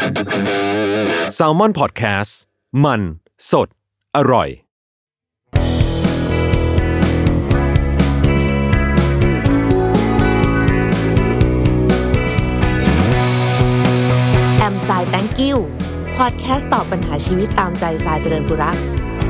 Salmon Podcast มันสดอร่อยแอมสาย thank you พอดแคสต์ตอบปัญหาชีวิตตามใจสายเจริญบุรัก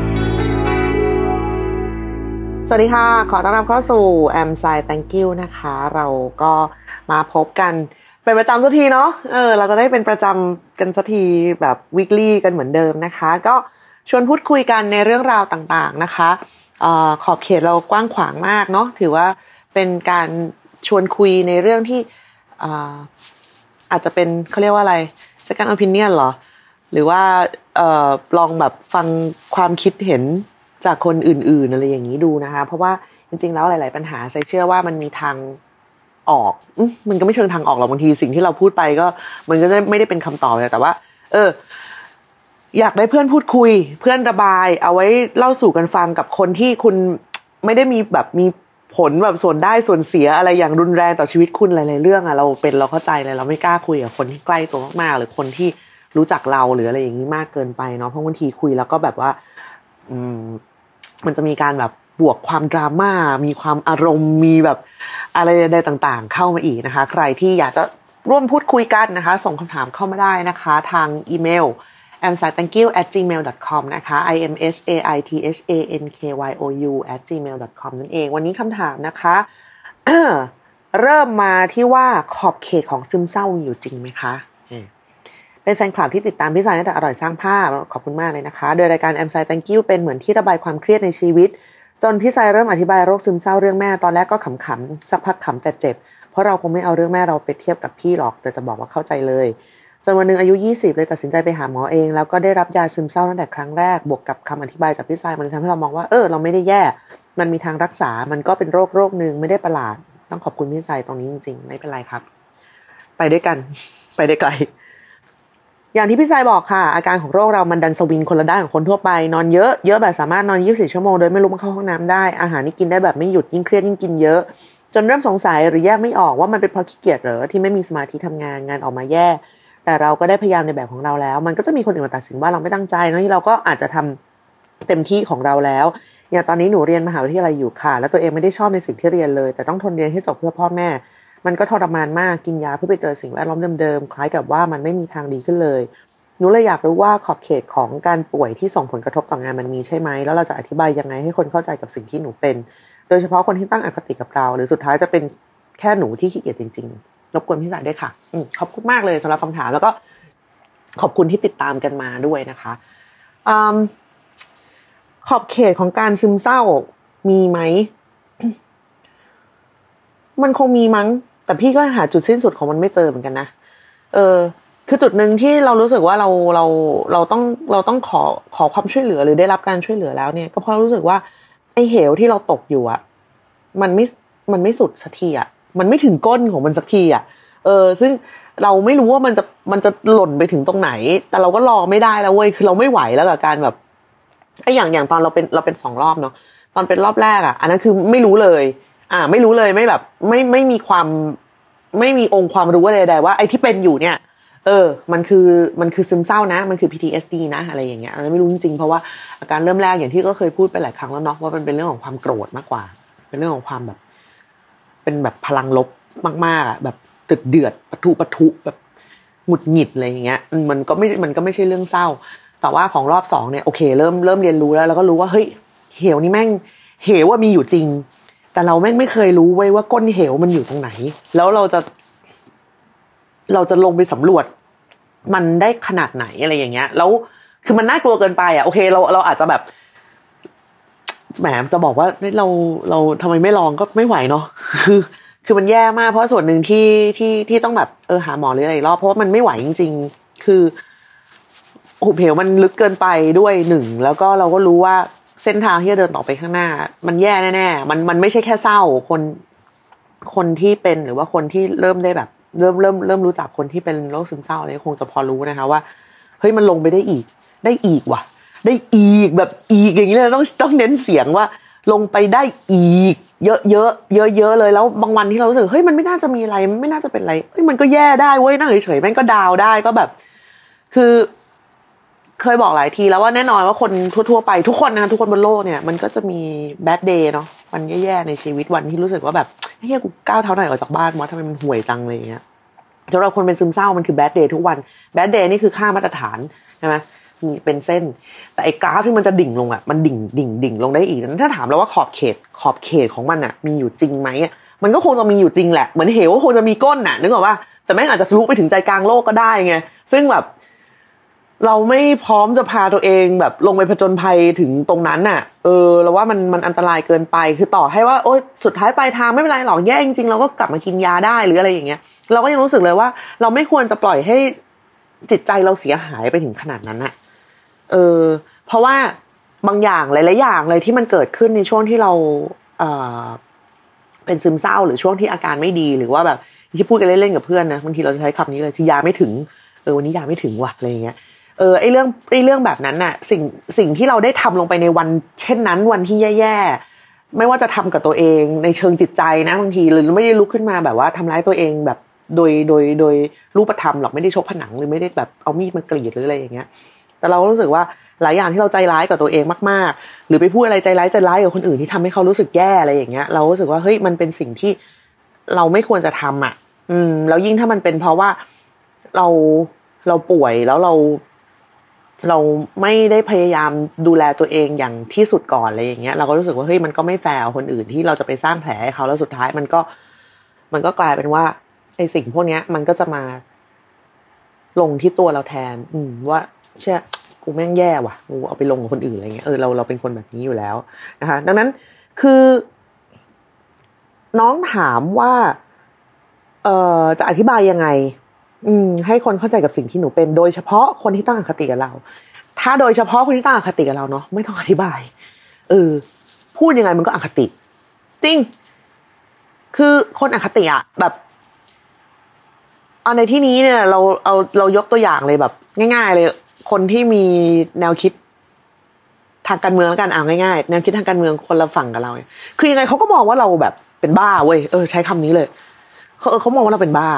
สวัสดีค่ะขอต้อนรับเข้าสู่แอมสาย thank you นะคะเราก็มาพบกันเป็นประจำสักทีเนาะเราจะได้เป็นประจำกันสักทีแบบ weekly กันเหมือนเดิมนะคะก็ชวนพูดคุยกันในเรื่องราวต่างๆนะคะขอบเขตเรากว้างขวางมากเนาะถือว่าเป็นการชวนคุยในเรื่องที่อาจจะเป็นเขาเรียกว่าอะไร second opinion เหรอหรือว่าลองแบบฟังความคิดเห็นจากคนอื่นๆอะไรอย่างนี้ดูนะคะเพราะว่าจริงๆแล้วหลายๆปัญหาเชื่อว่ามันมีทางออกมันก็ไม่เชิงทางออกหรอกบางทีสิ่งที่เราพูดไปก็มันก็ไม่ได้เป็นคำตอบเลยแต่ว่าอยากได้เพื่อนพูดคุยเพื่อนระบายเอาไว้เล่าสู่กันฟังกับคนที่คุณไม่ได้มีแบบมีผลแบบส่วนได้ส่วนเสียอะไรอย่างรุนแรงต่อชีวิตคุณหลายๆเรื่องอะเราเข้าใจเลยเราไม่กล้าคุยกับคนที่ใกล้ตัวมากๆหรือคนที่รู้จักเราหรืออะไรอย่างนี้มากเกินไปเนาะเพราะบางทีคุยแล้วก็แบบว่ามันจะมีการแบบบวกความดราม่ามีความอารมณ์มีแบบอะไรใดๆต่างๆเข้ามาอีกนะคะใครที่อยากจะร่วมพูดคุยกันนะคะส่งคำถามเข้ามาได้นะคะทางอีเมล amsaithankyou@gmail.com นะคะ imsaithankyou@gmail.com นั่นเองวันนี้คำถามนะคะ เริ่มมาที่ว่าขอบเขตของซึมเศร้าอยู่จริงไหมคะเป็นแฟนคลับที่ติดตามพี่สายตั้งแต่อร่อยสร้างภาพขอบคุณมากเลยนะคะโดยรายการ Amsai Thank You เป็นเหมือนที่ระบายความเครียดในชีวิตจนพี่สายเริ่มอธิบายโรคซึมเศร้าเรื่องแม่ตอนแรกก็ขำๆสักพักขำแต่เจ็บเพราะเราคงไม่เอาเรื่องแม่เราไปเทียบกับพี่หรอกแต่จะบอกว่าเข้าใจเลยจนวันนึงอายุ20เลยตัดสินใจไปหาหมอเองแล้วก็ได้รับยาซึมเศร้าตั้งแต่ครั้งแรกบวกกับคำอธิบายจากพี่สายมันเลยทำให้เรามองว่าเราไม่ได้แย่มันมีทางรักษามันก็เป็นโรคนึงไม่ได้ประหลาดต้องขอบคุณพี่สายตรงนี้จริงๆไม่เป็นไรครับไปด้วยกันไปได้ไกลอย่างที่พี่ชายบอกค่ะอาการของโรคเรามันดันสวิงคนละด้านของคนทั่วไปนอนเยอะแบบสามารถนอน24ชั่วโมงโดยไม่ลุกมาเข้าห้องน้ำได้อาหารนี่กินได้แบบไม่หยุดยิ่งเครียดยิ่งกินเยอะจนเริ่มสงสัยหรือแยกไม่ออกว่ามันเป็นเพราะขี้เกียจหรือที่ไม่มีสมาธิทำงานออกมาแย่แต่เราก็ได้พยายามในแบบของเราแล้วมันก็จะมีคนอื่นมาตัดสินว่าเราไม่ตั้งใจนะที่เราก็อาจจะทำเต็มที่ของเราแล้วอย่างตอนนี้หนูเรียนมหาวิทยาลัยอยู่ค่ะแล้วตัวเองไม่ได้ชอบในสิ่งที่เรียนเลยแต่ต้องทนเรียนให้จบเพื่อพ่อแม่มันก็ทรมานมากกินยาเพื่อไปเจอสิ่งแวดล้อมเดิมๆคล้ายกับว่ามันไม่มีทางดีขึ้นเลยหนูเลยอยากรู้ว่าขอบเขตของการป่วยที่ส่งผลกระทบต่องานมันมีใช่ไหมแล้วเราจะอธิบายยังไงให้คนเข้าใจกับสิ่งที่หนูเป็นโดยเฉพาะคนที่ตั้งอคติกับเราหรือสุดท้ายจะเป็นแค่หนูที่ขี้เกียจจริงๆรบกวนพี่สายด้วยค่ะขอบคุณมากเลยสำหรับคำถามแล้วก็ขอบคุณที่ติดตามกันมาด้วยนะคะขอบเขตของการซึมเศร้ามีไหม มันคงมีมั้งแต่พี่ก็หาจุดสิ้นสุดของมันไม่เจอเหมือนกันนะคือจุดหนึ่งที่เรารู้สึกว่าเราต้องขอความช่วยเหลือหรือได้รับการช่วยเหลือแล้วเนี่ยก็เพราะรู้สึกว่าไอ้เหวที่เราตกอยู่อ่ะมันไม่สุดสักทีอ่ะมันไม่ถึงก้นของมันสักทีอ่ะซึ่งเราไม่รู้ว่ามันจะหล่นไปถึงตรงไหนแต่เราก็รอไม่ได้แล้วเว้ยคือเราไม่ไหวแล้วกับการแบบไอ้อย่างตอนเราเป็น2รอบเนาะตอนเป็นรอบแรกอ่ะอันนั้นคือไม่รู้เลยไม่รู้เลยไม่แบบไม่มีความไม่มีองค์ความรู้อะไรใดๆว่าไอ้ที่เป็นอยู่เนี่ยมันคือซึมเศร้านะมันคือ PTSD นะอะไรอย่างเงี้ยเราไม่รู้จริงๆเพราะว่าอาการเริ่มแรกอย่างที่ก็เคยพูดไปหลายครั้งแล้วเนาะว่ามันเป็นเรื่องของความโกรธมากกว่าเป็นเรื่องของความแบบเป็นแบบพลังลบมากๆอ่ะแบบเดือดปะทุแบบหงุดหงิดอะไรอย่างเงี้ยมันก็ไม่ใช่เรื่องเศร้าแต่ว่าของรอบ2เนี่ยโอเคเริ่มเรียนรู้แล้วก็รู้ว่าเฮ้ยเหวนี่แม่งเหวว่ามีอยู่จริงแต่เราไม่เคยรู้ไว้ว่าก้นเหวมันอยู่ตรงไหนแล้วเราจะลงไปสำรวจมันได้ขนาดไหนอะไรอย่างเงี้ยแล้วคือมันน่ากลัวเกินไปอ่ะโอเคเราอาจจะแบบแหมจะบอกว่าเราทำไมไม่ลองก็ไม่ไหวเนาะคือมันแย่มากเพราะส่วนหนึ่งที่ต้องแบบหาหมอหรืออะไรรอบเพราะว่ามันไม่ไหวจริงๆคือหุบเหวมันลึกเกินไปด้วย1แล้วก็เราก็รู้ว่าเส้นทางที่จะเดินต่อไปข้างหน้ามันแย่แน่ๆมันไม่ใช่แค่เศร้าคนที่เป็นหรือว่าคนที่เริ่มได้แบบเริ่มรู้จักคนที่เป็นโรคซึมเศร้าอะไรคงจะพอรู้นะคะว่าเฮ้ยมันลงไปได้อีกว่ะได้อีกแบบอีกอย่างนี้เลยต้องเน้นเสียงว่าลงไปได้อีกเยอะเลยแล้วบางวันที่เรารู้สึกเฮ้ยมันไม่น่าจะมีอะไรไม่น่าจะเป็นอะไรเฮ้ยมันก็แย่ได้เว้ยนั่งเฉยๆแม่งก็ดาวได้ก็แบบคือเคยบอกหลายทีแล้วว่าแน่นอนว่าคนทั่วๆไปทุกคนนะทุกคนบนโลกเนี่ยมันก็จะมีแบดเดย์เนาะวันแย่ๆในชีวิตวันที่รู้สึกว่าแบบเฮ้ยกูก้าวเท้าไหนออกจากบ้านวะทำไมมันห่วยจังอะไรอย่างเงี้ยสำหรับคนเป็นซึมเศร้ามันคือแบดเดย์ทุกวันแบดเดย์นี่คือค่ามาตรฐานใช่ไหมมีเป็นเส้นแต่ไอ้กราฟที่มันจะดิ่งลงอ่ะมันดิ่งลงได้อีกถ้าถามเราว่าขอบเขตของมันอ่ะมีอยู่จริงไหมมันก็คงจะมีอยู่จริงแหละเหมือนเหวก็คงจะมีก้นน่ะนึกออกป่ะแต่แม่งอาจจะทะลุไปถึงใจกลางโลกก็ได้ไงซึ่งแบบเราไม่พร้อมจะพาตัวเองแบบลงไปผจญภัยถึงตรงนั้นน่ะเราว่ามันอันตรายเกินไปคือต่อให้ว่าโอ๊ยสุดท้ายปลายทางไม่เป็นไรหรอกแย่จริงๆเราก็กลับมากินยาได้หรืออะไรอย่างเงี้ยเราก็ยังรู้สึกเลยว่าเราไม่ควรจะปล่อยให้จิตใจเราเสียหายไปถึงขนาดนั้นน่ะเพราะว่าบางอย่างหลายๆอย่างเลยที่มันเกิดขึ้นในช่วงที่เราเป็นซึมเศร้าหรือช่วงที่อาการไม่ดีหรือว่าแบบที่พูดกันเล่นๆกับเพื่อนนะบางทีเราจะใช้คำนี้เลยคือยาไม่ถึงวันนี้ยาไม่ถึงว่ะอะไรอย่างเงี้ยไอ้เรื่องแบบนั้นน่ะสิ่งที่เราได้ทำลงไปในวันเช่นนั้นวันที่แย่ๆไม่ว่าจะทำกับตัวเองในเชิงจิตใจนะบางทีหรือไม่ได้ลุกขึ้นมาแบบว่าทำร้ายตัวเองแบบโดยรูปธรรมหรอกไม่ได้ชกผนังหรือไม่ได้แบบเอามีดมากรีดหรืออะไรอย่างเงี้ยแต่เรารู้สึกว่าหลายอย่างที่เราใจร้ายกับตัวเองมากๆหรือไปพูดอะไรใจร้ายกับคนอื่นที่ทำให้เขารู้สึกแย่อะไรอย่างเงี้ยเรารู้สึกว่าเฮ้ยมันเป็นสิ่งที่เราไม่ควรจะทำอ่ะแล้วยิ่งถ้ามันเป็นเพราะว่าเราป่วยแล้วเราไม่ได้พยายามดูแลตัวเองอย่างที่สุดก่อนอะไรอย่างเงี้ยเราก็รู้สึกว่าเฮ้ยมันก็ไม่แฟร์คนอื่นที่เราจะไปสร้างแผลให้เขาแล้วสุดท้ายมันก็กลายเป็นว่าไอ้สิ่งพวกนี้มันก็จะมาลงที่ตัวเราแทนว่าเชื่อกูแม่งแย่ว่ะกูเอาไปลงกับคนอื่นอะไรเงี้ยเราเป็นคนแบบนี้อยู่แล้วนะคะดังนั้นคือน้องถามว่าจะอธิบายยังไงให้คนเข้าใจกับสิ่งที่หนูเป็นโดยเฉพาะคนที่ตั้งอคติกับเราถ้าโดยเฉพาะคนที่ตั้งอคติกับเราเนาะไม่ต้องอธิบายพูดยังไงมันก็อคติจริงคือคนอคติอะแบบในที่นี้เนี่ยเรายกตัวอย่างเลยแบบง่ายๆเลยคนที่มีแนวคิดทางการเมืองแล้วกันง่ายๆแนวคิดทางการเมืองคนละฝั่งกับเราคือยังไงเขาก็มองว่าเราแบบเป็นบ้าเว้ยใช้คำนี้เลยเขามองว่าเราเป็นบ้า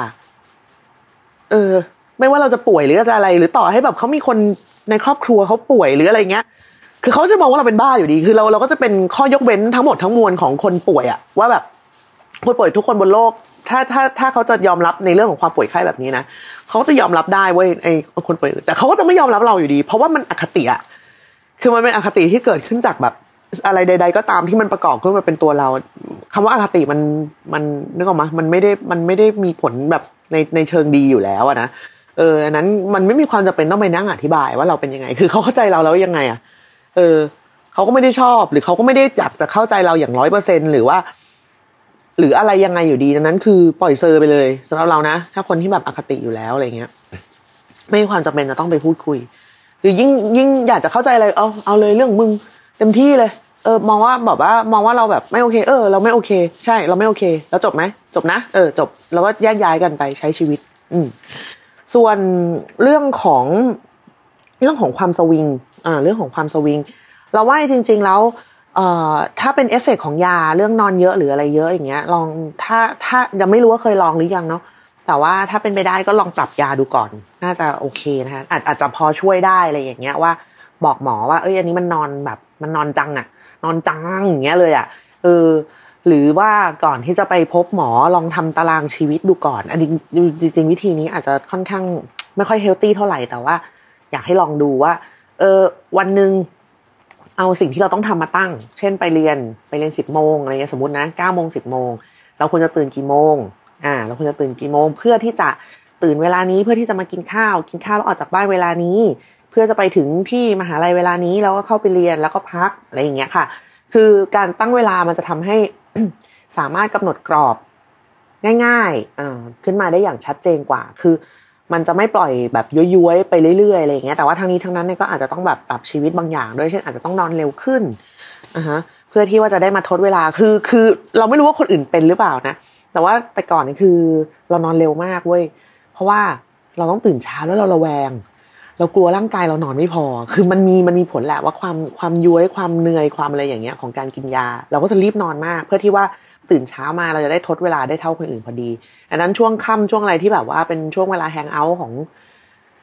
ไม่ว่าเราจะป่วยหรือจะอะไรหรือต่อให้แบบเขามีคนในครอบครัวเขาป่วยหรืออะไรเงี้ยคือเขาจะมองว่าเราเป็นบ้าอยู่ดีคือเราก็จะเป็นข้อยกเว้นทั้งหมดทั้งมวลของคนป่วยอะว่าแบบคนป่วยทุกคนบนโลกถ้าเขาจะยอมรับในเรื่องของความป่วยไข้แบบนี้นะเขาจะยอมรับได้เว้ยไอ้คนป่วยแต่เขาก็จะไม่ยอมรับเราอยู่ดีเพราะว่ามันอคติอะคือมันเป็นอคติที่เกิดขึ้นจากแบบอะไรใดๆก็ตามที่มันประกอบขึ้นมาเป็นตัวเราคำว่าอคติมันนึกออกมั้ยมันไม่ได้มีผลแบบในเชิงดีอยู่แล้วอะนะอันนั้นมันไม่มีความจำเป็นต้องไปนั่งอธิบายว่าเราเป็นยังไงคือเขาเข้าใจเราแล้วยังไงอะเขาก็ไม่ได้ชอบหรือเขาก็ไม่ได้อยากจะเข้าใจเราอย่าง 100% หรือว่าหรืออะไรยังไงอยู่ดีดังนั้นคือปล่อยเซอร์ไปเลยสำหรับเรานะถ้าคนที่แบบอคติอยู่แล้วอะไรเงี้ยไม่มีความจำเป็นจะต้องไปพูดคุยหรือยิ่งอยากจะเข้าใจอะไรเอาเลยเรื่องมึงเต็มที่เลยมองว่าเราแบบไม่โอเคเราไม่โอเคใช่เราไม่โอเคแล้วจบไหมจบนะจบแล้วก็แยกย้ายกันไปใช้ชีวิตส่วนเรื่องของความสวิงเรื่องของความสวิงเราว่าจริงๆแล้วถ้าเป็นเอฟเฟกต์ของยาเรื่องนอนเยอะหรืออะไรเยอะอย่างเงี้ยลองถ้ายังไม่รู้ว่าเคยลองหรือยังเนาะแต่ว่าถ้าเป็นไปได้ก็ลองปรับยาดูก่อนน่าจะโอเคนะคะอาจจะพอช่วยได้อะไรอย่างเงี้ยว่าบอกหมอว่าอันนี้มันนอนแบบมันนอนจังอะนอนจังอย่างเงี้ยเลยอะหรือว่าก่อนที่จะไปพบหมอลองทำตารางชีวิตดูก่อนอันนี้จริงๆวิธีนี้อาจจะค่อนข้างไม่ค่อยเฮลตี้เท่าไหร่แต่ว่าอยากให้ลองดูว่าวันนึงเอาสิ่งที่เราต้องทำมาตั้งเช่นไปเรียน10 โมงอะไรเงี้ยสมมุตินะ9 โมง10 โมงเราควรจะตื่นกี่โมงเราควรจะตื่นกี่โมงเพื่อที่จะตื่นเวลานี้เพื่อที่จะมากินข้าวแล้วออกจากบ้านเวลานี้เพื่อจะไปถึงที่มหาลัยเวลานี้แล้วก็เข้าไปเรียนแล้วก็พักอะไรอย่างเงี้ยค่ะคือการตั้งเวลามันจะทำให้ สามารถกำหนดกรอบง่ายๆขึ้นมาได้อย่างชัดเจนกว่าคือมันจะไม่ปล่อยแบบย้วยๆไปเรื่อยๆอะไรอย่างเงี้ยแต่ว่าทั้งนี้ทั้งนั้นเนี่ยก็อาจจะต้องแบบปรับชีวิตบางอย่างด้วยเช่นอาจจะต้องนอนเร็วขึ้นเพื่อที่ว่าจะได้มาทดเวลาคือเราไม่รู้ว่าคนอื่นเป็นหรือเปล่านะแต่ว่าแต่ก่อนนี่คือเรานอนเร็วมากเว้ยเพราะว่าเราต้องตื่นเช้าแล้วเราระแวงเรากลัวร่างกายเรานอนไม่พอคือมันมีผลแหละว่าความย้วยความเหนื่อยความอะไรอย่างเงี้ยของการกินยาเราก็จะรีบนอนมากเพื่อที่ว่าตื่นเช้ามาเราจะได้ทดเวลาได้เท่าคนอื่นพอดีอันนั้นช่วงค่ำช่วงอะไรที่แบบว่าเป็นช่วงเวลาแฮงเอาท์ของ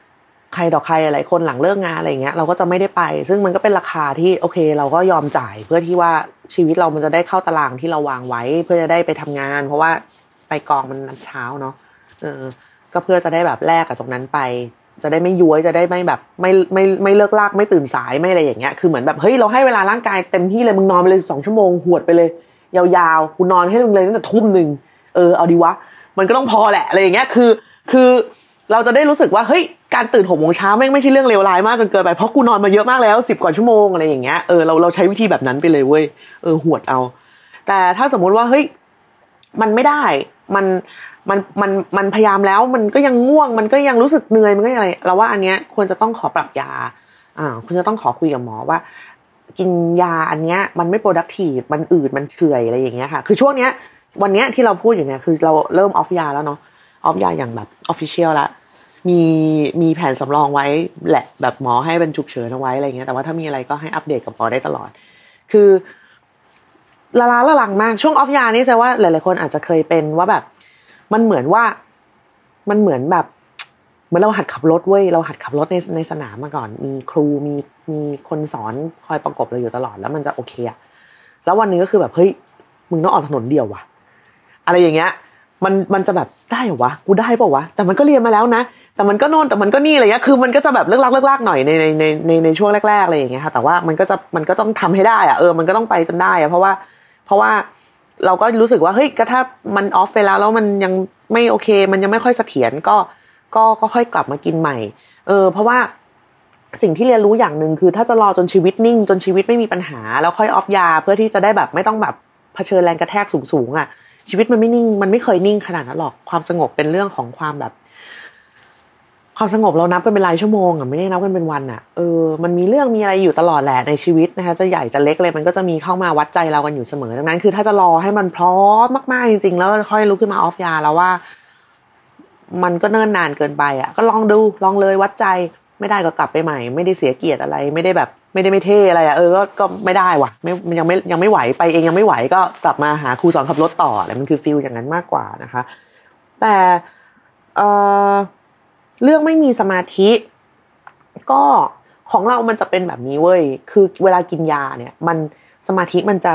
ใครต่อใครอะไรคนหลังเลิกงานอะไรเงี้ยเราก็จะไม่ได้ไปซึ่งมันก็เป็นราคาที่โอเคเราก็ยอมจ่ายเพื่อที่ว่าชีวิตเรามันจะได้เข้าตารางที่เราวางไว้เพื่อจะได้ไปทำงานเพราะว่าไปกองมันเช้าเนาะก็เพื่อจะได้แบบแลกกับตรงนั้นไปจะได้ไม่ย้วยจะได้ไม่แบบไม่เลิกลากไม่ตื่นสายไม่อะไรอย่างเงี้ยคือเหมือนแบบเฮ้ยเราให้เวลาร่างกายเต็มที่เลยมึงนอนไปเลย2 ชั่วโมงหวดไปเลยยาวๆกูนอนให้มึงเลยตั้งแต่ 19:00 นเอาดีวะมันก็ต้องพอแหละอะไรอย่างเงี้ยคือเราจะได้รู้สึกว่าเฮ้ยการตื่น6 โมงเช้าไม่ใช่เรื่องเลวร้ายมากจนเกินไปเพราะกูนอนมาเยอะมากแล้ว10 กว่าชั่วโมงอะไรอย่างเงี้ยเราใช้วิธีแบบนั้นไปเลยเว้ยหวดเอาแต่ถ้าสมมุติว่าเฮ้ยมันไม่ได้มันพยายามแล้วมันก็ยังง่วงมันก็ยังรู้สึกเหนื่อยมันก็อะไรเราว่าอันเนี้ยควรจะต้องขอปรับยาคุณจะต้องขอคุยกับหมอว่ากินยาอันเนี้ยมันไม่ productive มันอืดมันเฉื่อยอะไรอย่างเงี้ยค่ะคือช่วงเนี้ยวันเนี้ยที่เราพูดอยู่เนี่ยคือเราเริ่มออฟยาแล้วเนาะออฟยาอย่างแบบ official ละมีแผนสำรองไว้แหละแบบหมอให้เป็นฉุกเฉินเอาไว้อะไรเงี้ยแต่ว่าถ้ามีอะไรก็ให้อัปเดตกับหมอได้ตลอดคือละลังมากช่วงออฟยานี่แสดงว่าหลายๆคนอาจจะเคยเป็นว่าแบบมันเหมือนแบบเหมือนเราหัดขับรถเว้ยเราหัดขับรถในสนามมาก่อนมีครูมีคนสอนคอยประกบเราอยู่ตลอดแล้วมันจะโอเคอะแล้ววันนึงก็คือแบบเฮ้ยมึงต้องออกถนนเดี่ยวว่ะอะไรอย่างเงี้ยมันจะแบบได้เหรอวะกูได้เปล่าวะแต่มันก็เรียนมาแล้วนะแต่มันก็โน่นแต่มันก็นี่อะไรเงี้ยคือมันก็จะแบบเลิกลากหน่อยในช่วงแรกๆอะไรอย่างเงี้ยค่ะแต่ว่ามันก็ต้องทำให้ได้อะมันก็ต้องไปจนได้อะเพราะว่าเราก็รู้สึกว่าเฮ้ยก็ถ้ามันออฟไปแล้วมันยังไม่โอเคมันยังไม่ค่อยเสถียรก็ค่อยกลับมากินใหม่เพราะว่าสิ่งที่เรียนรู้อย่างนึงคือถ้าจะรอจนชีวิตนิ่งจนชีวิตไม่มีปัญหาแล้วค่อยออฟยาเพื่อที่จะได้แบบไม่ต้องแบบเผชิญแรงกระแทกสูงๆอ่ะชีวิตมันไม่นิ่งมันไม่เคยนิ่งขนาดนั้นหรอกความสงบเป็นเรื่องของความแบบความสงบเรานับกันเป็นรายชั่วโมงอ่ะไม่ได้นับกันเป็นวันอ่ะมันมีเรื่องมีอะไรอยู่ตลอดแหละในชีวิตนะคะจะใหญ่จะเล็กเลยมันก็จะมีเข้ามาวัดใจเรากันอยู่เสมอดังนั้นคือถ้าจะรอให้มันพร้อมมากๆจริงๆแล้วค่อยลุกขึ้นมาออฟยาแล้วว่ามันก็เนิ่นนานเกินไปอ่ะก็ลองดูลองเลยวัดใจไม่ได้ก็กลับไปใหม่ไม่ได้เสียเกียรติอะไรไม่ได้แบบไม่ได้ไม่เท่อะไรอ่ะก็ไม่ได้ว่ะยังไม่ไหวไปเองยังไม่ไหวก็กลับมาหาครูสอนขับรถต่ออะไรมันคือฟีลอย่างนั้นมากกว่านะคะแต่เรื่องไม่มีสมาธิก็ของเรามันจะเป็นแบบนี้เว้ยคือเวลากินยาเนี่ยมันสมาธิมันจะ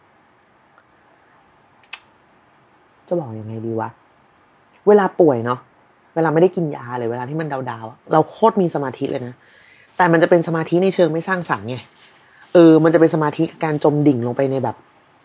บอกยังไงดีวะเวลาป่วยเนาะเวลาไม่ได้กินยาเลยเวลาที่มันดาวๆเราโคตรมีสมาธิเลยนะแต่มันจะเป็นสมาธิในเชิงไม่สร้างสรรค์ไงมันจะเป็นสมาธิการจมดิ่งลงไปในแบบ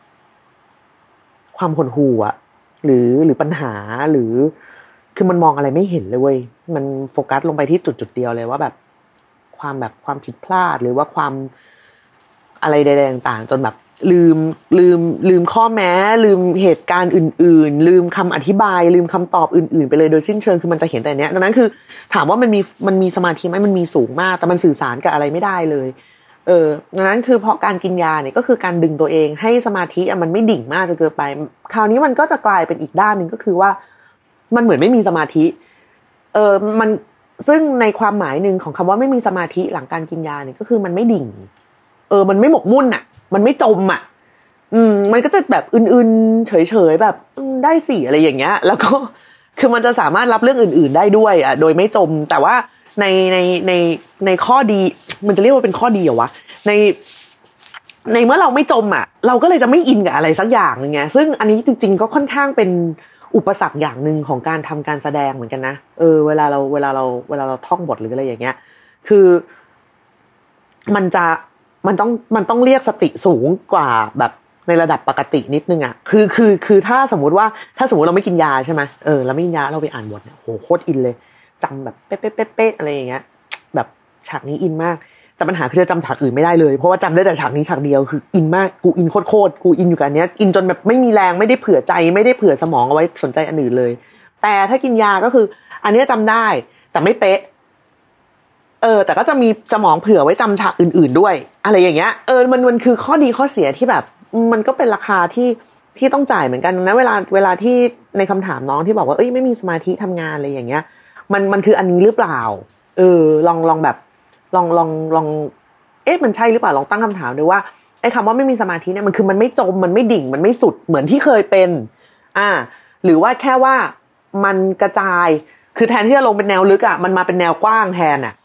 ความหดหู่อะหรือปัญหาหรือคือมันมองอะไรไม่เห็นเลยเว้ยมันโฟกัสลงไปที่จุดเดียวเลยว่าแบบความผิดพลาดหรือว่าความอะไรใดๆต่างๆจนแบบลืมข้อแม้ลืมเหตุการณ์อื่นๆลืมคำอธิบายลืมคำตอบอื่นๆไปเลยโดยสิ้นเชิงคือมันจะเห็นแต่เนี้ยดังนั้นคือถามว่ามันมีสมาธิไหมมันมีสูงมากแต่มันสื่อสารกับอะไรไม่ได้เลยดังนั้นคือเพราะการกินยาเนี่ยก็คือการดึงตัวเองให้สมาธิมันไม่ดิ่งมากจนเกินไปคราวนี้มันก็จะกลายเป็นอีกด้านนึงก็คือว่ามันเหมือนไม่มีสมาธิมันซึ่งในความหมายนึงของคำว่าไม่มีสมาธิหลังการกินยาเนี่ยก็คือมันไม่ดิ่งมันไม่หมกมุ่นอ่ะมันไม่จมอ่ะมันก็จะแบบอื่นๆเฉยๆแบบได้สิอะไรอย่างเงี้ยแล้วก็คือมันจะสามารถรับเรื่องอื่นๆได้ด้วยอ่ะโดยไม่จมแต่ว่าในข้อดีมันจะเรียกว่าเป็นข้อดีเหรอวะในเมื่อเราไม่จมอ่ะเราก็เลยจะไม่อินกับอะไรสักอย่างนึงไงซึ่งอันนี้จริงๆก็ค่อนข้างเป็นอุปสรรคอย่างนึงของการทำการแสดงเหมือนกันนะเวลาเราท่องบทหรืออะไรอย่างเงี้ยคือมันต้องเรียกสติสูงกว่าแบบในระดับปกตินิดนึงอ่ะคือถ้าสมมติเราไม่กินยาใช่ไหมเราไม่กินยาเราไปอ่านบทเนี่ยโหโคตรอินเลยจำแบบเป๊ะๆอะไรอย่างเงี้ยแบบฉากนี้อินมากแต่ปัญหาคือจะจำฉากอื่นไม่ได้เลยเพราะว่าจำได้แต่ฉากนี้ฉากเดียวคืออินมากกูอินโคตรกูอินอยู่กับอันเนี้ยอินจนแบบไม่มีแรงไม่ได้เผื่อใจไม่ได้เผื่อสมองเอาไว้สนใจอันอื่นเลยแต่ถ้ากินยาก็คืออันนี้จำได้แต่ไม่เป๊ะแต่ก็จะมีสมองเผื่อไว้จำฉากอื่นๆด้วยอะไรอย่างเงี้ยมันคือข้อดีข้อเสียที่แบบมันก็เป็นราคาที่ต้องจ่ายเหมือนกันนะเวลาที่ในคำถามน้องที่บอกว่าไม่มีสมาธิทำงานอะไรอย่างเงี้ยมันคืออันนี้หรือเปล่าลองแบบลองมันใช่หรือเปล่าลองตั้งคำถามดูว่าไอ้คำว่าไม่มีสมาธิเนี่ยมันคือมันไม่จมมันไม่ดิ่งมันไม่สุดเหมือนที่เคยเป็นหรือว่าแค่ว่ามันกระจายคือแทนที่จะลงเป็นแนวลึกอ่ะมันมาเป็นแนวกว้างแทนอ่ะ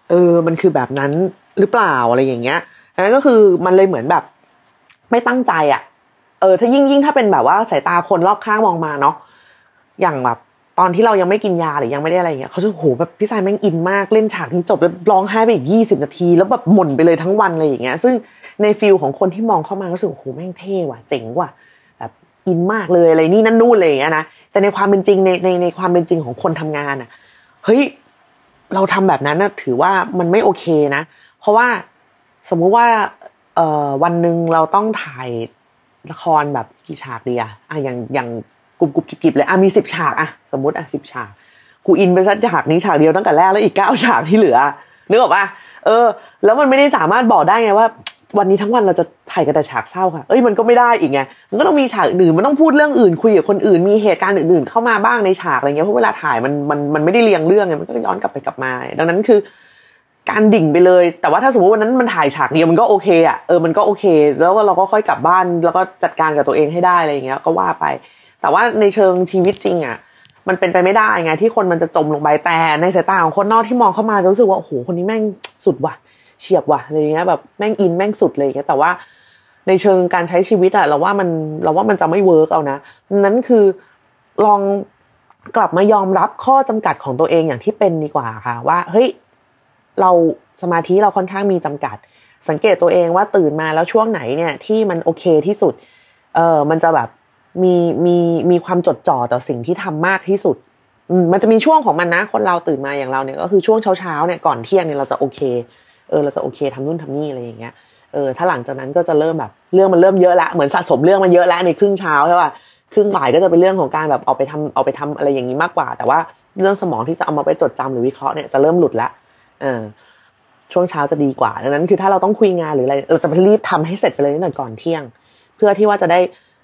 มันคือแบบนั้นหรือเปล่าอะไรอย่างเงี้ยอันนั้นก็คือมันเลยเหมือนแบบไม่ตั้งใจอ่ะถ้ายิ่งถ้าเป็นแบบว่าสายตาคนรอบข้างมองมาเนาะอย่างแบบตอนที่เรายังไม่กินยาหรือยังไม่ได้อะไรอย่างเงี้ยเขาจะโหแบบพี่สายแม่งอินมากเล่นฉากนี้จบแล้วร้องไห้ไปอีก20 นาทีแล้วแบบหม่นไปเลยทั้งวันอะไรอย่างเงี้ยซึ่งในฟีลของคนที่มองเข้ามารู้สึกโหแม่งเท่ว่ะเจ๋งว่ะแบบอินมากเลยอะไรนี่นั่นนู่นอะไรอย่างเงี้ยนะแต่ในความเป็นจริงในความเป็นจริงของคนทำงานอ่ะเฮ้ยเราทำแบบนั้นน่ะถือว่ามันไม่โอเคนะเพราะว่าสมมุติว่าวันนึงเราต้องถ่ายละครแบบกี่ฉากดีอ่ะอย่างกรุบกิบเลยมี10 ฉากอ่ะสมมุติ10 ฉากกูอินไปสักฉากนี้ฉากเดียวตั้งแต่แรกแล้วอีก9 ฉากที่เหลือนึกออกป่ะแล้วมันไม่ได้สามารถบอกได้ไงว่าวันนี้ทั้งวันเราจะถ่ายกันแต่ฉากเศร้าค่ะมันก็ไม่ได้อีกไงมันก็ต้องมีฉากอื่นมันต้องพูดเรื่องอื่นคุยกับคนอื่นมีเหตุการณ์อื่นๆเข้ามาบ้างในฉากอะไรเงี้ยเพราะเวลาถ่ายมันไม่ได้เรียงเรื่องไงมันก็ย้อนกลับไปกลับมาดังนั้นคือการดิ่งไปเลยแต่ว่าถ้าสมมติวันนั้นมันถ่ายฉากเดียวมันก็โอเคอ่ะมันก็โอเคแล้วเราก็ค่อยกลับบ้านแล้วก็จัดการกับตัวเองให้ได้อะไรอย่างเงี้ยก็ว่าไปแต่ว่าในเชิงชีวิตจริงอ่ะมันเป็นไปไม่ได้ไงที่คนมันจะจมลงไปแต่ในสายตาของคนนอกที่มองเข้ามาจะรู้สึกว่าโอ้โหคนนี้แม่งสุดว่ะเฉียบว่ะอะไรเงี้ยแบบแม่งอินแม่งสุดเลยแต่ว่าในเชิงการใช้ชีวิตอ่ะเราว่ามันจะไม่เวิร์กเอานะนั้นคือลองกลับมายอมรับข้อจำกัดของตัวเองอย่างที่เป็นดีกว่าค่ะว่าเฮ้ยเราสมาธิเราค่อนข้างมีจำกัดสังเกตตัวเองว่าตื่นมาแล้วช่วงไหนเนี่ยที่มันโอเคที่สุดมันจะแบบมีความจดจ่อต่อสิ่งที่ทำมากที่สุดมันจะมีช่วงของมันนะคนเราตื่นมาอย่างเราเนี่ยก็คือช่วงเช้าเนี่ยก่อนเที่ยงเนี่ยเราจะโอเคเราจะโอเคทำนู่นทำนี่อะไรอย่างเงี้ยถ้าหลังจากนั้นก็จะเริ่มแบบเรื่องมันเริ่มเยอะละเหมือนสะสมเรื่องมาเยอะแล้วในครึ่งเช้าใช่ป่ะครึ่งบ่ายก็จะเป็นเรื่องของการแบบเอาไปทำอะไรอย่างนี้มากกว่าแต่ว่าเรื่องสมองที่จะเอามาไปจดจำหรือวิเคราะห์เนี่ยจะเริ่มหลุดละช่วงเช้าจะดีกว่าดังนั้นคือถ้าเราต้องคุยงานหรืออะไรจะรีบทำให้เสร็จไปเลยตั้งแต่ก่อนเที่ยงเพื่อที่ว่าจะได้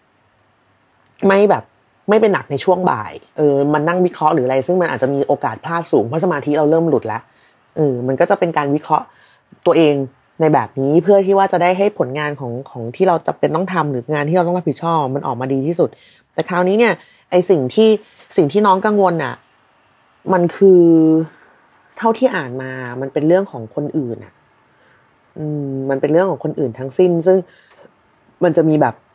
ไม่เป็นหนักในช่วงบ่ายมันนั่งวิเคราะห์หรืออะไรซึ่งมันอาจจะมีโอกาสพลาดสูงเพราะสมาธิเราเริ่มหลุดแล้วมันก็จะเป็นการวิเคราะห์ตัวเองในแบบนี้เพื่อที่ว่าจะได้ให้ผลงานของที่เราจะเป็นต้องทำหรืองานที่เราต้องรับผิดชอบมันออกมาดีที่สุดแต่คราวนี้เนี่ยไอสิ่งที่น้องกังวลน่ะมันเท่าที่อ่านมามันเป็นเรื่องของคนอื่นอ่ะมันเป็นเรื่องของคนอื่นทั้งสิ้นซึ่งมันจะมี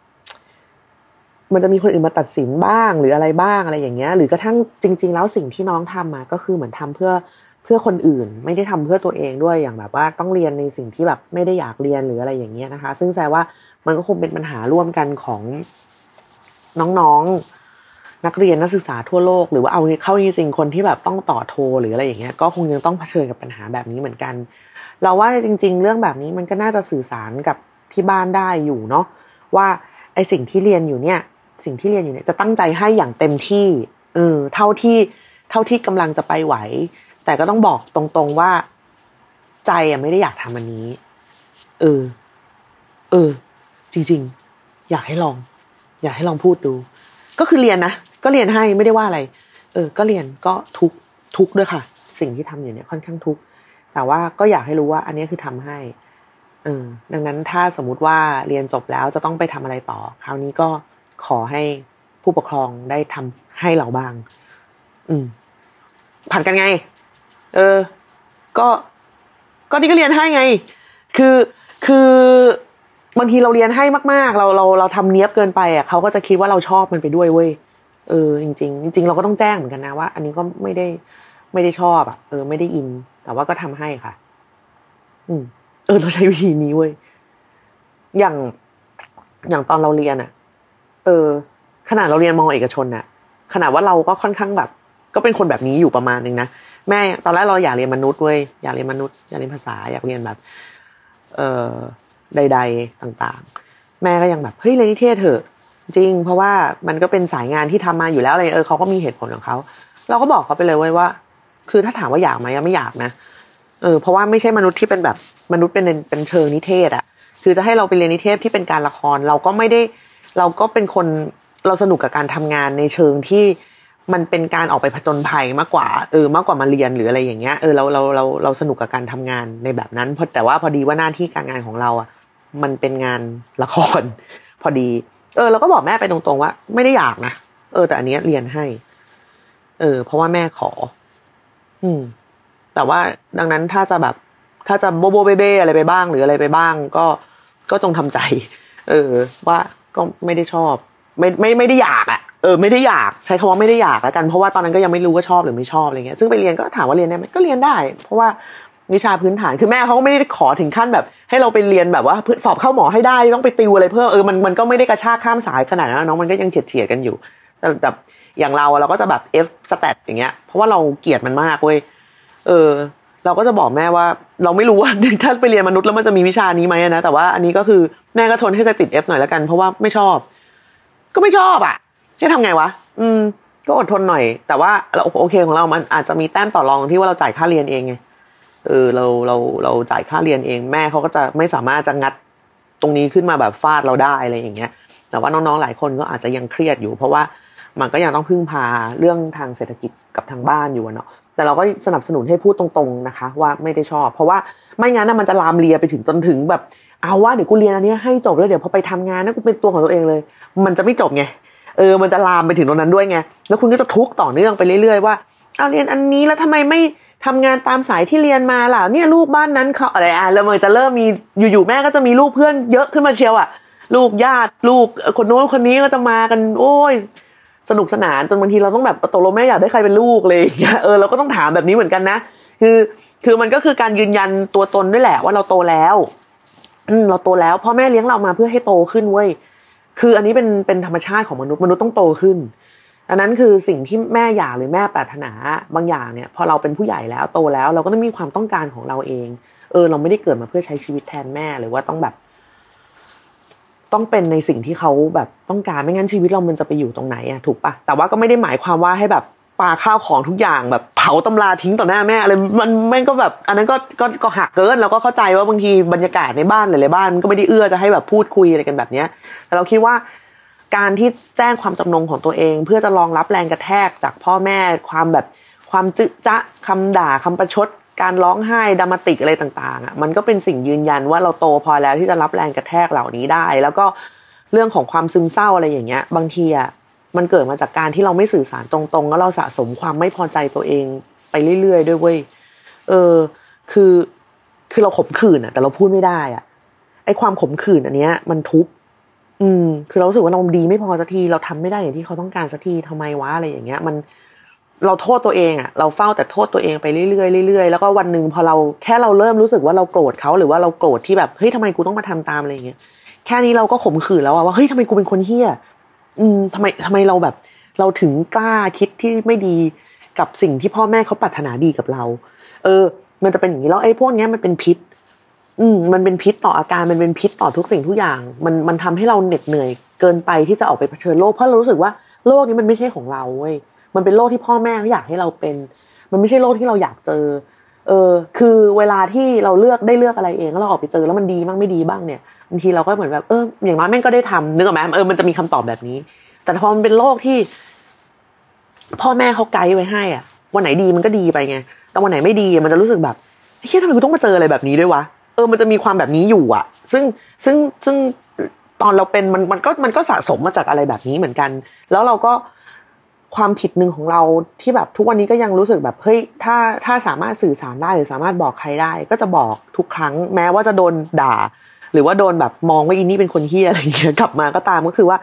คนอื่นมาตัดสินบ้างหรืออะไรบ้างอะไรอย่างเงี้ยหรือกระทั่งจริงๆแล้วสิ่งที่น้องทำมาก็คือเหมือนทำเพื่อคนอื่นไม่ได้ทำเพื่อตัวเองด้วยอย่างแบบว่าต้องเรียนในสิ่งที่แบบไม่ได้อยากเรียนหรืออะไรอย่างเงี้ยนะคะซึ่งแสดงว่ามันก็คงเป็นปัญหาร่วมกันของน้องๆนักเรียนนักศึกษาทั่วโลกหรือว่าเอาเข้าจริงๆคนที่แบบต้องต่อโทหรืออะไรอย่างเงี้ยก็คงยังต้องเผชิญกับปัญหาแบบนี้เหมือนกันเราว่าจริงๆเรื่องแบบนี้มันก็น่าจะสื่อสารกับที่บ้านได้อยู่เนาะว่าไอสิ่งที่เรียนอยู่เนี่ยจะตั้งใจให้อย่างเต็มที่เท่าที่กำลังจะไปไหวแต่ก็ต้องบอกตรงๆว่าใจไม่ได้อยากทำอันนี้จริงๆอยากให้ลองพูดดูก็คือเรียนนะก็เรียนให้ไม่ได้ว่าอะไรก็เรียนก็ทุกด้วยค่ะสิ่งที่ทำอยู่เนี่ยค่อนข้างทุกแต่ว่าก็อยากให้รู้ว่าอันนี้คือทำให้ดังนั้นถ้าสมมุติว่าเรียนจบแล้วจะต้องไปทำอะไรต่อคราวนี้ก็ขอให้ผู้ปกครองได้ทำให้เราบ้างผัดกันไงก็นี่ก็เรียนให้ไงคือบางทีเราเรียนให้มากๆเราทำเนียบเกินไปอ่ะเขาก็จะคิดว่าเราชอบมันไปด้วยเว้ยจริงๆเราก็ต้องแจ้งเหมือนกันนะว่าอันนี้ก็ไม่ได้ชอบอ่ะไม่ได้อินแต่ว่าก็ทำให้ค่ะเราใช้วิธีนี้เว้ยอย่างตอนเราเรียนอ่ะขนาดเราเรียนม.เอกชนน่ะขนาดว่าเราก็ค่อนข้างแบบก็เป็นคนแบบนี้อยู่ประมาณนึงนะแม่ตอนแรกเราอยากเรียนมนุษย์เว้ยอยากเรียนมนุษย์อยากเรียนภาษาอยากเรียนแบบใดๆต่างๆแม่ก็ยังแบบเฮ้ยเรียนนิเทศเถอะจริงเพราะว่ามันก็เป็นสายงานที่ทำมาอยู่แล้วอะไรเขาก็มีเหตุผลของเขาเราก็บอกเขาไปเลยเว้ยว่าคือถ้าถามว่าอยากไหมไม่อยากนะเพราะว่าไม่ใช่มนุษย์ที่เป็นแบบมนุษย์เป็นเชิงนิเทศอ่ะคือจะให้เราไปเรียนนิเทศที่เป็นการละครเราก็เป็นคนเราสนุกกับการทำงานในเชิงที่มันเป็นการออกไปผจญภัยมากกว่ามาเรียนหรืออะไรอย่างเงี้ยเราสนุกกับการทำงานในแบบนั้นแต่ว่าพอดีว่าหน้าที่การงานของเราอ่ะมันเป็นงานละครพอดีเราก็บอกแม่ไปตรงๆว่าไม่ได้อยากนะแต่อันนี้เรียนให้เพราะว่าแม่ขอแต่ว่าดังนั้นถ้าจะโบโบเบ้อะไรไปบ้างหรืออะไรไปบ้างก็จงทำใจว่าก็ไม่ได้ชอบไม่ได้อยากอ่ะไม่ได้อยากใช้คำว่าไม่ได้อยากแล้วกันเพราะว่าตอนนั้นก็ยังไม่รู้ว่าชอบหรือไม่ชอบอะไรเงี้ยซึ่งไปเรียนก็ถามว่าเรียนได้ไหมก็เรียนได้เพราะว่าวิชาพื้นฐานคือแม่เขาก็ไม่ได้ขอถึงขั้นแบบให้เราไปเรียนแบบว่าสอบเข้าหมอให้ได้ต้องไปติวอะไรเพิ่มมันก็ไม่ได้กระชากข้ามสายขนาดนั้นน้องมันก็ยังเฉียดกันอยู่แต่อย่างเราก็จะแบบ F stat อย่างเงี้ยเพราะว่าเราเกลียดมันมากเว้ยเราก็จะบอกแม่ว่าเราไม่รู้ว่าถ้าไปเรียนมนุษย์แล้วมันจะมีวิชานี้ไหมนะแต่ว่าอันนี้ก็คือแม่ก็ทนให้จะติด F หน่อยแล้วกันเพราะว่าไม่ชอบก็ไม่ชอบอ่ะจะทำไงวะก็อดทนหน่อยแต่ว่าเราโอเคของเรามันอาจจะมีแต้มต่อรองที่ว่าเราจ่ายค่าเรียนเองไงเราจ่ายค่าเรียนเองแม่เขาก็จะไม่สามารถจะงัดตรงนี้ขึ้นมาแบบฟาดเราได้อะไรอย่างเงี้ยแต่ว่าน้องๆหลายคนก็อาจจะยังเครียดอยู่เพราะว่ามันก็ยังต้องพึ่งพาเรื่องทางเศรษฐกิจกับทางบ้านอยู่เนาะแต่เราก็สนับสนุนให้พูดตรงๆนะคะว่าไม่ได้ชอบเพราะว่าไม่งั้นมันจะลามเลียไปถึงจนถึงแบบเอาว่าเดี๋ยวกูเรียนอันนี้ให้จบแล้วเดี๋ยวพอไปทำงานนะกูเป็นตัวของตัวเองเลยมันจะไม่จบไงมันจะลามไปถึงตรงนั้นด้วยไงแล้วคุณก็จะทุกข์ต่อเนื่องไปเรื่อยๆว่าเอาเรียนอันนี้แล้วทำไมไม่ทำงานตามสายที่เรียนมาล่ะเนี่ยลูกบ้านนั้นเขาอะไรแล้วมันจะเริ่มมีอยู่ๆแม่ก็จะมีลูกเพื่อนเยอะขึ้นมาเชียวลูกญาติลูกคนโน้นคนนี้ก็จะมากันโอ้ยสนุกสนานจนบางทีเราต้องแบบตกลงแม่อยากได้ใครเป็นลูกเลยอย่างเงี้ยเราก็ต้องถามแบบนี้เหมือนกันนะคือมันก็คือการยืนยันตัวตนด้วยแหละว่าเราโตแล้วเราโตแล้วพ่อแม่เลี้ยงเรามาเพื่อให้โตขึ้นเว้ยคืออันนี้เป็นธรรมชาติของมนุษย์ต้องโตขึ้นอันนั้นคือสิ่งที่แม่อยากหรือแม่ปรารถนาบางอย่างเนี่ยพอเราเป็นผู้ใหญ่แล้วโตแล้วเราก็ต้องมีความต้องการของเราเองเราไม่ได้เกิดมาเพื่อใช้ชีวิตแทนแม่หรือว่าต้องแบบต้องเป็นในสิ่งที่เขาแบบต้องการไม่งั้นชีวิตเรามันจะไปอยู่ตรงไหนถูกปะแต่ว่าก็ไม่ได้หมายความว่าให้แบบปาข้าวของทุกอย่างแบบเผาตำราทิ้งต่อหน้าแม่อะไรมันก็แบบอันนั้นก็หักเกินเราก็เข้าใจว่าบางทีบรรยากาศในบ้านหลายๆบ้านมันก็ไม่ได้เอื้อจะให้แบบพูดคุยอะไรกันแบบเนี้ยแต่เราคิดว่าการที่แจ้งความจำนงของตัวเองเพื่อจะรองรับแรงกระแทกจากพ่อแม่ความจึ๊จ๊ะคำด่าคำประชดการร้องไห้ดรามาติกอะไรต่างๆมันก็เป็นสิ่งยืนยันว่าเราโตพอแล้วที่จะรับแรงกระแทกเหล่านี้ได้แล้วก็เรื่องของความซึมเศร้าอะไรอย่างเงี้ยบางทีมันเกิดมาจากการที่เราไม่สื่อสารตรงๆแล้วเราสะสมความไม่พอใจตัวเองไปเรื่อยๆด้วยเว้ยคือเราขมขื่นแต่เราพูดไม่ได้ไอ้ความขมขื่นอันเนี้ยมันทุกข์คือเรารู้สึกว่าเราดีไม่พอสักทีเราทำไม่ได้อย่างที่เขาต้องการสักทีทำไมวะอะไรอย่างเงี้ยเราโทษตัวเองเราเฝ้าแต่โทษตัวเองไปเรื่อยๆเรื่อยๆแล้วก็วันนึงพอเราเริ่มรู้สึกว่าเราโกรธเขาหรือว่าเราโกรธที่แบบเฮ้ยทำไมกูต้องมาทำตามอะไรอย่างเงี้ยแค่นี้เราก็ขมขื่นแล้วว่าเฮ้ยทำไมกูเป็นคนเหี้ยทำไมเราแบบเราถึงกล้าคิดที่ไม่ดีกับสิ่งที่พ่อแม่เขาปรารถนาดีกับเรามันจะเป็นอย่างนี้แล้วไอ้พวกเนี้ยมันเป็นพิษมันเป็นพิษต่ออาการมันเป็นพิษต่อทุกสิ่งทุกอย่างมันทำให้เราเหน็ดเหนื่อยเกินไปที่จะออกไปเผชิญโลกเพราะเรารู้สึกว่าโลกนี้มันไม่ใช่ของเราเว้ยมันเป็นโลกที่พ่อแม่เขาอยากให้เราเป็นมันไม่ใช่โลกที่เราอยากเจอคือเวลาที่เราเลือกอะไรเองแล้วเราออกไปเจอแล้วมันดีบ้างไม่ดีบ้างเนี่ยบางทีเราก็เหมือนแบบอย่างน้อยแม่งก็ได้ทำนึกออกไหมมันจะมีคำตอบแบบนี้แต่พอมันเป็นโลกที่พ่อแม่เขาไกด์ไว้ให้วันไหนดีมันก็ดีไปไงแต่วันไหนไม่ดีมันจะรู้สึกแบบเฮ้ยทำไมกูต้องมาเจออะไรแบบนี้ด้วยวะมันจะมีความแบบนี้อยู่ซึ่งตอนเราเป็นมันก็สะสมมาจากอะไรแบบนี้เหมือนกันแล้วเราก็ความผิดนึงของเราที่แบบทุกวันนี้ก็ยังรู้สึกแบบเฮ้ยถ้าสามารถสื่อสารได้หรือสามารถบอกใครได้ก็จะบอกทุกครั้งแม้ว่าจะโดนด่าหรือว่าโดนแบบมองว่าอีนี่เป็นคนเหี้ยอะไรอย่างเงี้ยกลับมาก็ตามก็คือว่า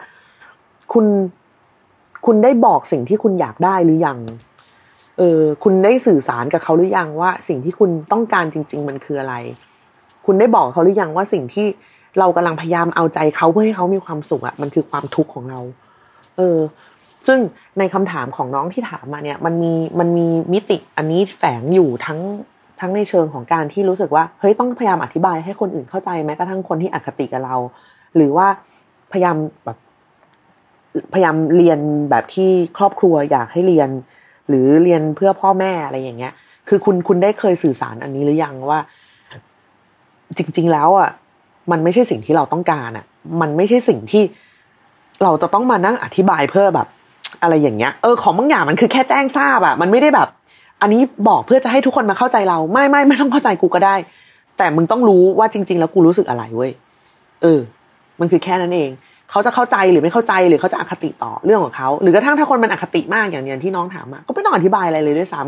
คุณได้บอกสิ่งที่คุณอยากได้หรือยังคุณได้สื่อสารกับเขาหรือยังว่าสิ่งที่คุณต้องการจริงๆมันคืออะไรคุณได้บอกเขาหรือยังว่าสิ่งที่เรากำลังพยายามเอาใจเขาเพื่อให้เขามีความสุขมันคือความทุกข์ของเราซึ่งในคำถามของน้องที่ถามมาเนี่ยมันมีมิติอันนี้แฝงอยู่ทั้งในเชิงของการที่รู้สึกว่าเฮ้ยต้องพยายามอธิบายให้คนอื่นเข้าใจแม้กระทั่งคนที่อคติกับเราหรือว่าพยายามเรียนแบบที่ครอบครัวอยากให้เรียนหรือเรียนเพื่อพ่อแม่อะไรอย่างเงี้ยคือคุณได้เคยสื่อสารอันนี้หรือยังว่าจริงๆแล้วมันไม่ใช่สิ่งที่เราต้องการมันไม่ใช่สิ่งที่เราจะต้องมานั่งอธิบายเพื่อแบบอะไรอย่างเงี้ยของบางอย่างมันคือแค่แจ้งทราบมันไม่ได้แบบอันนี้บอกเพื่อจะให้ทุกคนมาเข้าใจเราไม่ต้องเข้าใจกูก็ได้แต่มึงต้องรู้ว่าจริงๆแล้วกูรู้สึกอะไรเว้ยมันคือแค่นั้นเองเขาจะเข้าใจหรือไม่เข้าใจหรือเขาจะอคติต่อเรื่องของเขาหรือกระทั่งถ้าคนมันอคติมากอย่างที่น้องถามมาก็ไม่ต้องอธิบายอะไรเลยด้วยซ้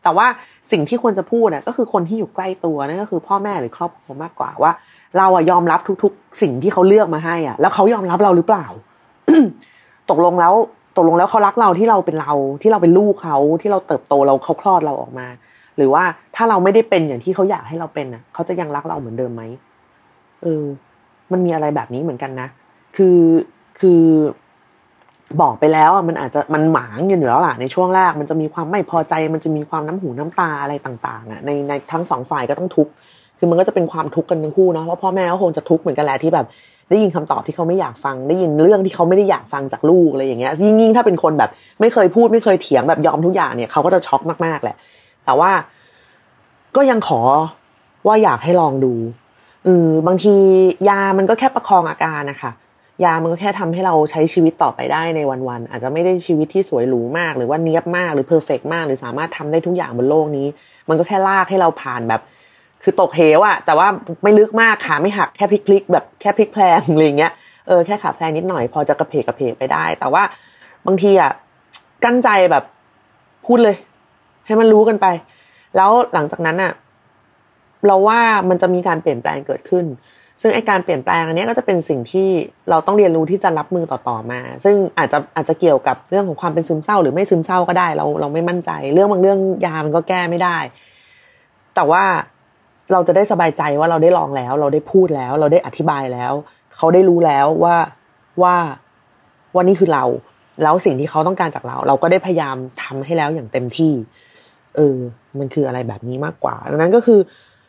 แต่ว่าสิ่งที่ควรจะพูดก็คือคนที่อยู่ใกล้ตัวนั่นก็คือพ่อแม่หรือครอบครัวมากกว่าว่าเรายอมรับทุกๆสิ่งที่เขาเลือกมาให้แล้วเขายอมรับเราหรือเปล่า ตกลงแล้วเขารักเราที่เราเป็นเราที่เราเป็นลูกเขาที่เราเติบโตเขาคลอดเราออกมาหรือว่าถ้าเราไม่ได้เป็นอย่างที่เขาอยากให้เราเป็นเขาจะยังรักเราเหมือนเดิมไหมมันมีอะไรแบบนี้เหมือนกันนะคือบอกไปแล้วมันอาจจะมันหมางอยู่แล้วล่ะในช่วงแรกมันจะมีความไม่พอใจมันจะมีความน้ำหูน้ำตาอะไรต่างๆในทั้งสองฝ่ายก็ต้องทุกข์คือมันก็จะเป็นความทุกข์กันทั้งคู่นะเพราะพ่อแม่ก็คงจะทุกข์เหมือนกันแหละที่แบบได้ยินคำตอบที่เขาไม่อยากฟังได้ยินเรื่องที่เขาไม่ได้อยากฟังจากลูกอะไรอย่างเงี้ยยิ่งถ้าเป็นคนแบบไม่เคยพูดไม่เคยเถียงแบบยอมทุกอย่างเนี่ยเขาก็จะช็อกมากๆแหละแต่ว่าก็ยังขอว่าอยากให้ลองดูบางทียามันก็แค่ประคองอาการนะคะยามันก็แค่ทำให้เราใช้ชีวิตต่อไปได้ในวันๆอาจจะไม่ได้ชีวิตที่สวยหรูมากหรือว่าเนียบมากหรือเพอร์เฟกต์มากหรือสามารถทำได้ทุกอย่างบนโลกนี้มันก็แค่ลากให้เราผ่านแบบคือตกเหวแต่ว่าไม่ลึกมากขาไม่หักแค่พลิกแบบแค่พลิกแพลงอะไรอย่างเงี้ยแค่ขาแพลงนิดหน่อยพอจะกระเพกไปได้แต่ว่าบางทีกั้นใจแบบพูดเลยให้มันรู้กันไปแล้วหลังจากนั้นเราว่ามันจะมีการเปลี่ยนแปลงเกิดขึ้นซึ่งไอ้การเปลี่ยนแปลงอันนี้ก็จะเป็นสิ่งที่เราต้องเรียนรู้ที่จะรับมือต่อมาซึ่งอาจจะเกี่ยวกับเรื่องของความเป็นซึมเศร้าหรือไม่ซึมเศร้าก็ได้เราไม่มั่นใจเรื่องบางเรื่องยามันก็แก้ไม่ได้แต่ว่าเราจะได้สบายใจว่าเราได้ลองแล้วเราได้พูดแล้วเราได้อธิบายแล้วเขาได้รู้แล้วว่านี่คือเราแล้วสิ่งที่เขาต้องการจากเราก็ได้พยายามทำให้แล้วอย่างเต็มที่มันคืออะไรแบบนี้มากกว่าดังนั้นก็คือ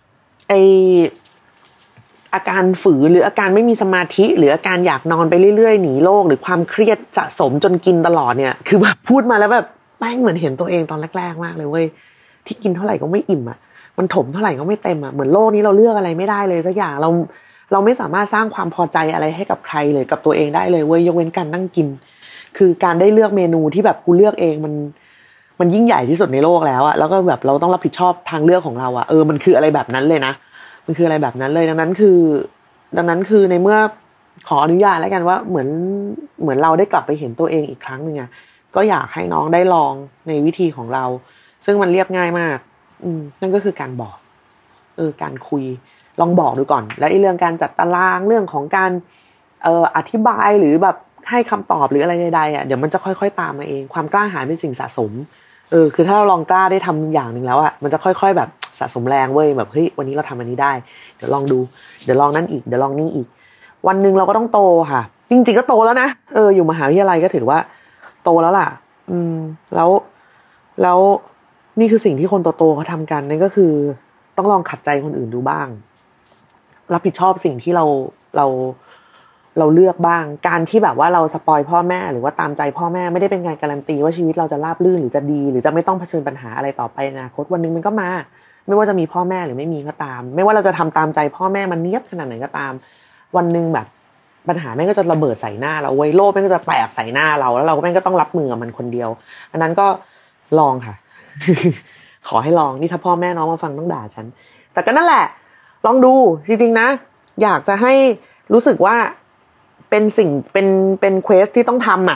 อาการฝืนหรืออาการไม่มีสมาธิหรืออาการอยากนอนไปเรื่อยๆหนีโลกหรือความเครียดสะสมจนกินตลอดเนี่ยคือแบบพูดมาแล้วแบบแม่งเหมือนเห็นตัวเองตอนแรกๆมากเลยเว้ยที่กินเท่าไหร่ก็ไม่อิ่มมันถมเท่าไหร่ก็ไม่เต็มเหมือนโลกนี้เราเลือกอะไรไม่ได้เลยสักอย่างเราไม่สามารถสร้างความพอใจอะไรให้กับใครเลยกับตัวเองได้เลยเว้ยยกเว้นการนั่งกินคือการได้เลือกเมนูที่แบบกูเลือกเองมันยิ่งใหญ่ที่สุดในโลกแล้วแล้วก็แบบเราต้องรับผิดชอบทางเลือกของเรามันคืออะไรแบบนั้นเลยนะมันคืออะไรแบบนั้นเลยดังนั้นคือในเมื่อขออนุญาตแล้วกันว่าเหมือนเราได้กลับไปเห็นตัวเองอีกครั้งนึงก็อยากให้น้องได้ลองในวิธีของเราซึ่งมันเรียบง่ายมากนั่นก็คือการบอกการคุยลองบอกดูก่อนแล้วเรื่องการจัดตารางเรื่องของการอธิบายหรือแบบให้คำตอบหรืออะไรใดๆเดี๋ยวมันจะค่อยๆตามมาเองความกล้าหาญเป็นสิ่งสะสมคือถ้าเราลองกล้าได้ทำอย่างนึงแล้วมันจะค่อยๆแบบสะสมแรงเว้ยแบบเฮ้ยวันนี้เราทำอันนี้ได้เดี๋ยวลองดูเดี๋ยวลองนั่นอีกเดี๋ยวลองนี่อีกวันนึงเราก็ต้องโตค่ะจริงๆก็โตแล้วนะอยู่มหาวิทยาลัยก็ถือว่าโตแล้วล่ะแล้วนี่คือสิ่งที่คนโตๆเขาทำกันนั่นก็คือต้องลองขัดใจคนอื่นดูบ้างรับผิดชอบสิ่งที่เราเลือกบ้างการที่แบบว่าเราสปอยพ่อแม่หรือว่าตามใจพ่อแม่ไม่ได้เป็นการการันตีว่าชีวิตเราจะราบรื่นหรือจะดีหรือจะไม่ต้องเผชิญปัญหาอะไรต่อไปในอนาคตวันนึงมันก็มาไม่ว่าจะมีพ่อแม่หรือไม่มีก็ตามไม่ว่าเราจะทำตามใจพ่อแม่มันเนียบขนาดไหนก็ตามวันนึงแบบปัญหาแม่งก็จะระเบิดใส่หน้าเราโลกแม่งก็จะแตกใส่หน้าเราแล้วเราแม่งก็ต้องรับมือกับมันคนเดียวอันนั้นก็ลองค่ะ ขอให้ลองนี่ถ้าพ่อแม่น้องมาฟังต้องด่าฉันแต่ก็นั่นแหละลองดูจริงๆนะอยากจะให้รู้สึกว่าเป็นสิ่งเป็นเควสที่ต้องทำ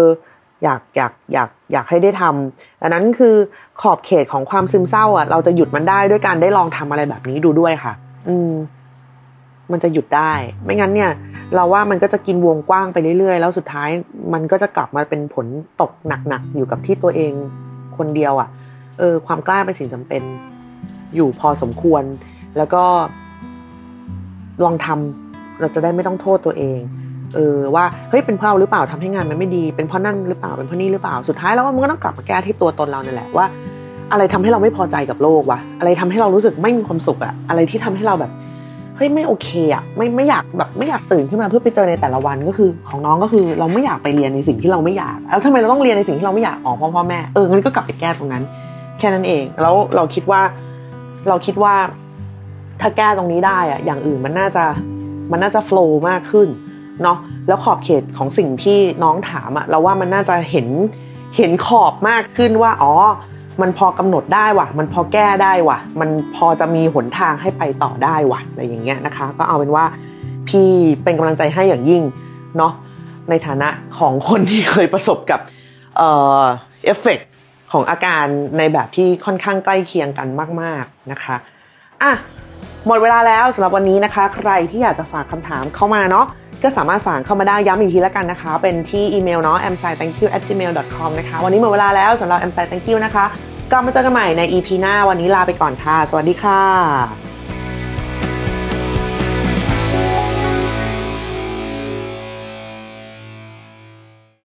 อยากให้ได้ทำอันนั้นคือขอบเขตของความซึมเศร้าเราจะหยุดมันได้ด้วยการได้ลองทำอะไรแบบนี้ดูด้วยค่ะมันจะหยุดได้ไม่งั้นเนี่ยเราว่ามันก็จะกินวงกว้างไปเรื่อยๆแล้วสุดท้ายมันก็จะกลับมาเป็นผลตกหนักๆอยู่กับที่ตัวเองคนเดียวความกล้าเป็นสิ่งจำเป็นอยู่พอสมควรแล้วก็ลองทำเราจะได้ไม่ต้องโทษตัวเองว่าเฮ้ยเป็นเพราะเราหรือเปล่าทำให้งานมันไม่ดีเป็นเพราะนั่นหรือเปล่าเป็นเพราะนี่หรือเปล่าสุดท้ายแล้วมันก็ต้องกลับมาแก้ที่ตัวตนเรานั่นแหละว่าอะไรทำให้เราไม่พอใจกับโลกวะอะไรทำให้เรารู้สึกไม่มีความสุขอะไรที่ทำให้เราแบบเฮ้ยไม่โอเคไม่อยากแบบไม่อยากตื่นขึ้นมาเพื่อไปเจอในแต่ละวันก็คือของน้องก็คือเราไม่อยากไปเรียนในสิ่งที่เราไม่อยากแล้วทำไมเราต้องเรียนในสิ่งที่เราไม่อยากเพราะพ่อแม่งั้นก็กลับไปแก้ตรงนั้นแค่นั้นเองแล้วเราคิดว่าถ้าแก้ตรงนี้ได้อย่างอื่นมันน่าจะโฟลว์มากขึ้นเนาะแล้วขอบเขตของสิ่งที่น้องถามเราว่ามันน่าจะเห็นขอบมากขึ้นว่ามันพอกำหนดได้ว่ะมันพอแก้ได้ว่ะมันพอจะมีหนทางให้ไปต่อได้ว่ะอะไรอย่างเงี้ยนะคะก็เอาเป็นว่าพี่เป็นกำลังใจให้อย่างยิ่งเนาะในฐานะของคนที่เคยประสบกับเอฟเฟกต์ของอาการในแบบที่ค่อนข้างใกล้เคียงกันมากๆนะคะอ่ะหมดเวลาแล้วสำหรับวันนี้นะคะใครที่อยากจะฝากคำถามเข้ามาเนาะก็สามารถฝากเข้ามาได้ย้ำอีกทีแล้วกันนะคะเป็นที่อีเมลเนาะ amsithankyou@gmail.com นะคะวันนี้หมดเวลาแล้วสำหรับ amsithankyou นะคะกลับมาเจอกันใหม่ใน EP หน้าวันนี้ลาไปก่อนค่ะสวัสดีค่ะ